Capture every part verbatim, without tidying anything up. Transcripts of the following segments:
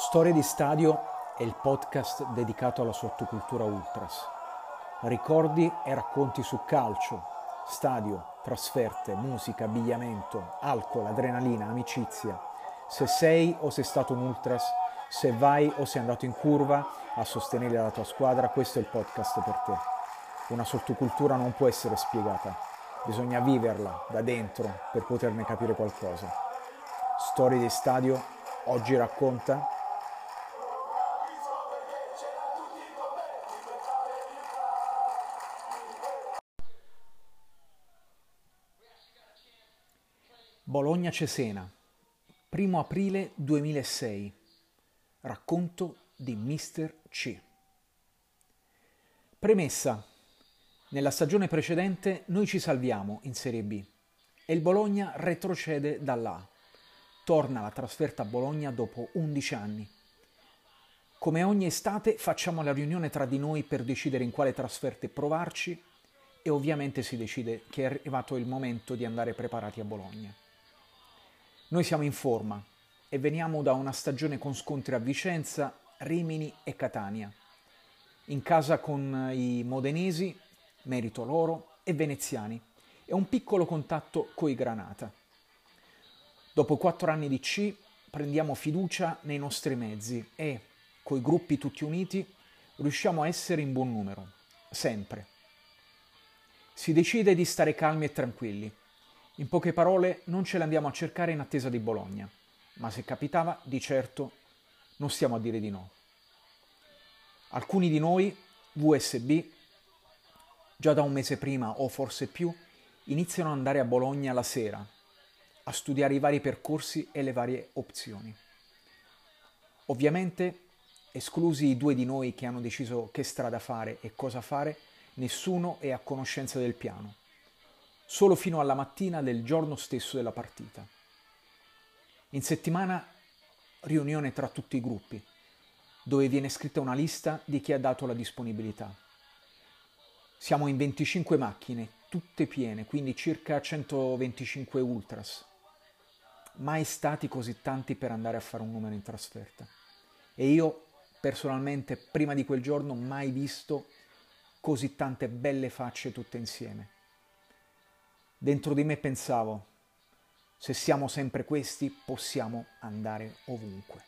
Storie di Stadio è il podcast dedicato alla sottocultura ultras. Ricordi e racconti su calcio, stadio, trasferte, musica, abbigliamento, alcol, adrenalina, amicizia. Se sei o sei stato un ultras, se vai o sei andato in curva a sostenere la tua squadra, questo è il podcast per te. Una sottocultura non può essere spiegata, bisogna viverla da dentro per poterne capire qualcosa. Storie di Stadio oggi racconta Bologna-Cesena, primo aprile duemilasei. Racconto di mister C. Premessa. Nella stagione precedente noi ci salviamo in Serie B e il Bologna retrocede dall'A. Torna la trasferta a Bologna dopo undici anni. Come ogni estate facciamo la riunione tra di noi per decidere in quale trasferte provarci e ovviamente si decide che è arrivato il momento di andare preparati a Bologna. Noi siamo in forma e veniamo da una stagione con scontri a Vicenza, Rimini e Catania. In casa con i modenesi, merito loro, e veneziani, e un piccolo contatto coi Granata. Dopo quattro anni di C prendiamo fiducia nei nostri mezzi e, coi gruppi tutti uniti, riusciamo a essere in buon numero, sempre. Si decide di stare calmi e tranquilli. In poche parole, non ce le andiamo a cercare in attesa di Bologna, ma se capitava, di certo, non stiamo a dire di no. Alcuni di noi, V S B, già da un mese prima o forse più, iniziano ad andare a Bologna la sera, a studiare i vari percorsi e le varie opzioni. Ovviamente, esclusi i due di noi che hanno deciso che strada fare e cosa fare, nessuno è a conoscenza del piano. Solo fino alla mattina del giorno stesso della partita. In settimana riunione tra tutti i gruppi, dove viene scritta una lista di chi ha dato la disponibilità. Siamo in venticinque macchine, tutte piene, quindi circa centoventicinque ultras. Mai stati così tanti per andare a fare un numero in trasferta. E io, personalmente, prima di quel giorno, mai visto così tante belle facce tutte insieme. Dentro di me pensavo, se siamo sempre questi, possiamo andare ovunque.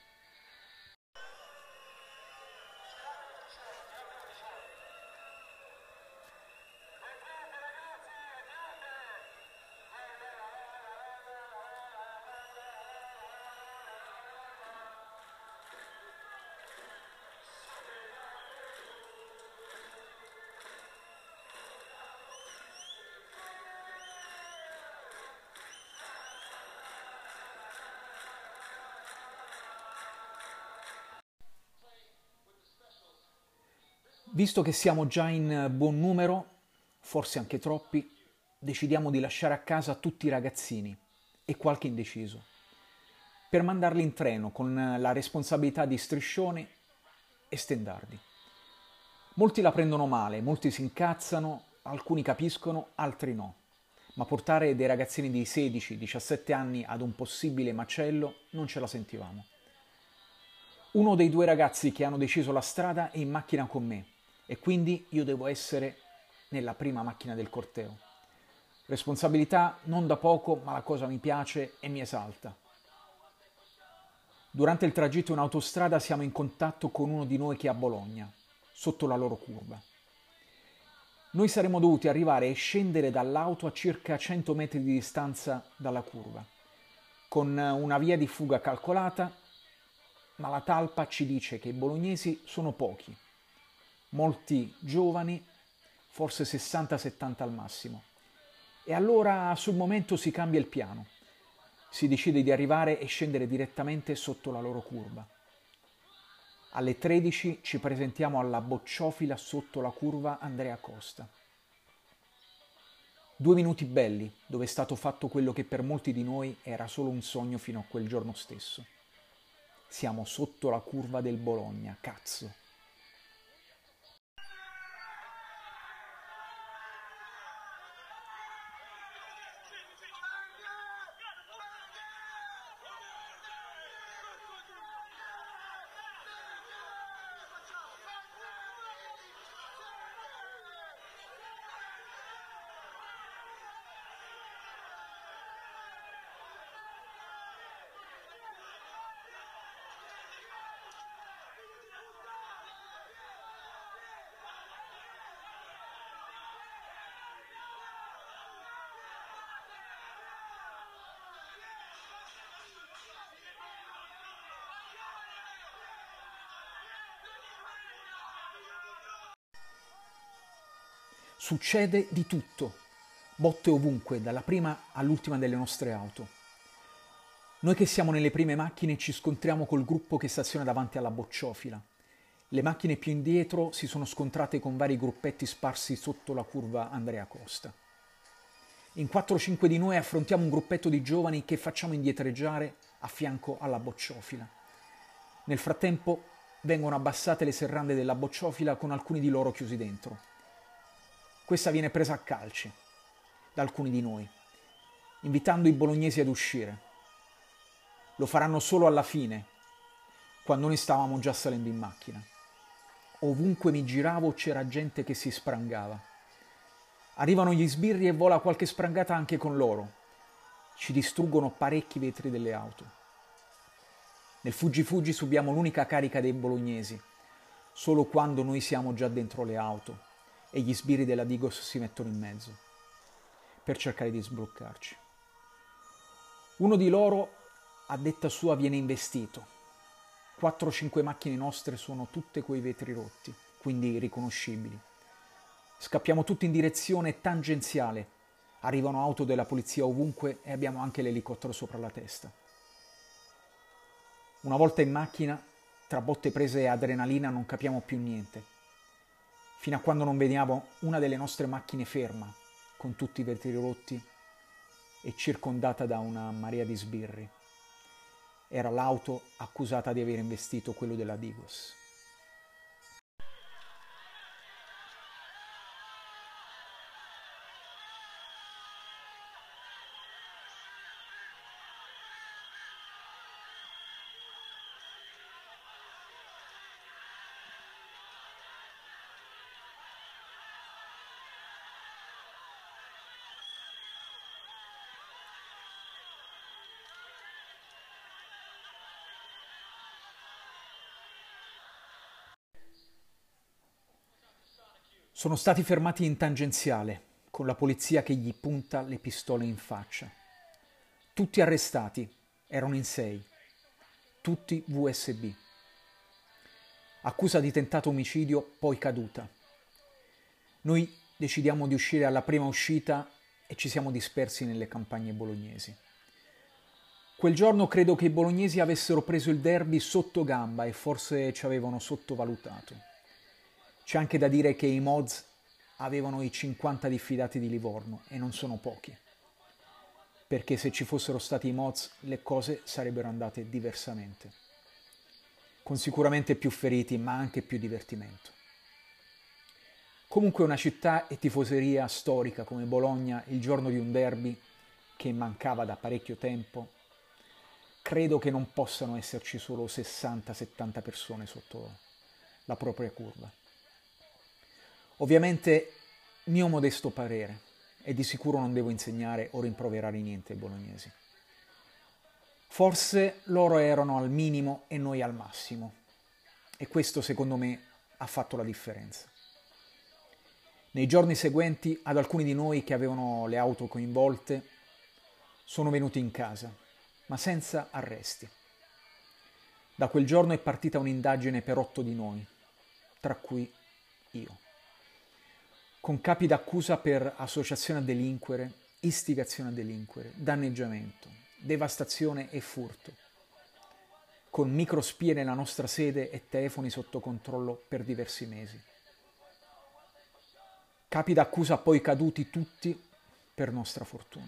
Visto che siamo già in buon numero, forse anche troppi, decidiamo di lasciare a casa tutti i ragazzini e qualche indeciso, per mandarli in treno con la responsabilità di striscioni e stendardi. Molti la prendono male, molti si incazzano, alcuni capiscono, altri no. Ma portare dei ragazzini di sedici diciassette anni ad un possibile macello non ce la sentivamo. Uno dei due ragazzi che hanno deciso la strada è in macchina con me e quindi io devo essere nella prima macchina del corteo. Responsabilità non da poco, ma la cosa mi piace e mi esalta. Durante il tragitto in autostrada siamo in contatto con uno di noi che è a Bologna, sotto la loro curva. Noi saremmo dovuti arrivare e scendere dall'auto a circa cento metri di distanza dalla curva, con una via di fuga calcolata, ma la talpa ci dice che i bolognesi sono pochi, molti giovani, forse sessanta settanta al massimo. E allora sul momento si cambia il piano. Si decide di arrivare e scendere direttamente sotto la loro curva. Alle tredici ci presentiamo alla bocciofila sotto la curva Andrea Costa. Due minuti belli, dove è stato fatto quello che per molti di noi era solo un sogno fino a quel giorno stesso. Siamo sotto la curva del Bologna, cazzo. Succede di tutto, botte ovunque, dalla prima all'ultima delle nostre auto. Noi che siamo nelle prime macchine ci scontriamo col gruppo che staziona davanti alla bocciofila. Le macchine più indietro si sono scontrate con vari gruppetti sparsi sotto la curva Andrea Costa. In quattro o cinque di noi affrontiamo un gruppetto di giovani che facciamo indietreggiare a fianco alla bocciofila. Nel frattempo vengono abbassate le serrande della bocciofila con alcuni di loro chiusi dentro. Questa viene presa a calci da alcuni di noi, invitando i bolognesi ad uscire. Lo faranno solo alla fine, quando noi stavamo già salendo in macchina. Ovunque mi giravo c'era gente che si sprangava. Arrivano gli sbirri e vola qualche sprangata anche con loro. Ci distruggono parecchi vetri delle auto. Nel fuggi-fuggi subiamo l'unica carica dei bolognesi, solo quando noi siamo già dentro le auto e gli sbirri della Digos si mettono in mezzo, per cercare di sbloccarci. Uno di loro, a detta sua, viene investito. Quattro o cinque macchine nostre sono tutte coi vetri rotti, quindi riconoscibili. Scappiamo tutti in direzione tangenziale. Arrivano auto della polizia ovunque e abbiamo anche l'elicottero sopra la testa. Una volta in macchina, tra botte prese e adrenalina non capiamo più niente, fino a quando non vediamo una delle nostre macchine ferma, con tutti i vetri rotti e circondata da una marea di sbirri. Era l'auto accusata di aver investito quello della Digos. Sono stati fermati in tangenziale, con la polizia che gli punta le pistole in faccia. Tutti arrestati, erano in sei, tutti V S B. Accusa di tentato omicidio, poi caduta. Noi decidiamo di uscire alla prima uscita e ci siamo dispersi nelle campagne bolognesi. Quel giorno credo che i bolognesi avessero preso il derby sotto gamba e forse ci avevano sottovalutato. C'è anche da dire che i Moz avevano i cinquanta diffidati di Livorno e non sono pochi, perché se ci fossero stati i Moz le cose sarebbero andate diversamente, con sicuramente più feriti ma anche più divertimento. Comunque una città e tifoseria storica come Bologna, il giorno di un derby che mancava da parecchio tempo, credo che non possano esserci solo sessanta settanta persone sotto la propria curva. Ovviamente, mio modesto parere, e di sicuro non devo insegnare o rimproverare niente ai bolognesi. Forse loro erano al minimo e noi al massimo, e questo secondo me ha fatto la differenza. Nei giorni seguenti ad alcuni di noi che avevano le auto coinvolte sono venuti in casa, ma senza arresti. Da quel giorno è partita un'indagine per otto di noi, tra cui io, con capi d'accusa per associazione a delinquere, istigazione a delinquere, danneggiamento, devastazione e furto, con microspie nella nostra sede e telefoni sotto controllo per diversi mesi. Capi d'accusa poi caduti tutti per nostra fortuna.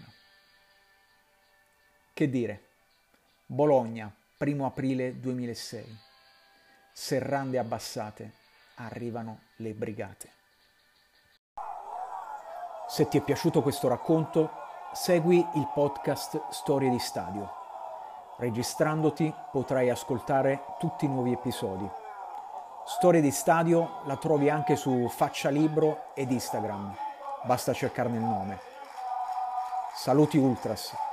Che dire? Bologna, primo aprile duemilasei. Serrande abbassate, arrivano le brigate. Se ti è piaciuto questo racconto, segui il podcast Storie di Stadio. Registrandoti potrai ascoltare tutti i nuovi episodi. Storie di Stadio la trovi anche su Faccia Libro ed Instagram. Basta cercarne il nome. Saluti Ultras!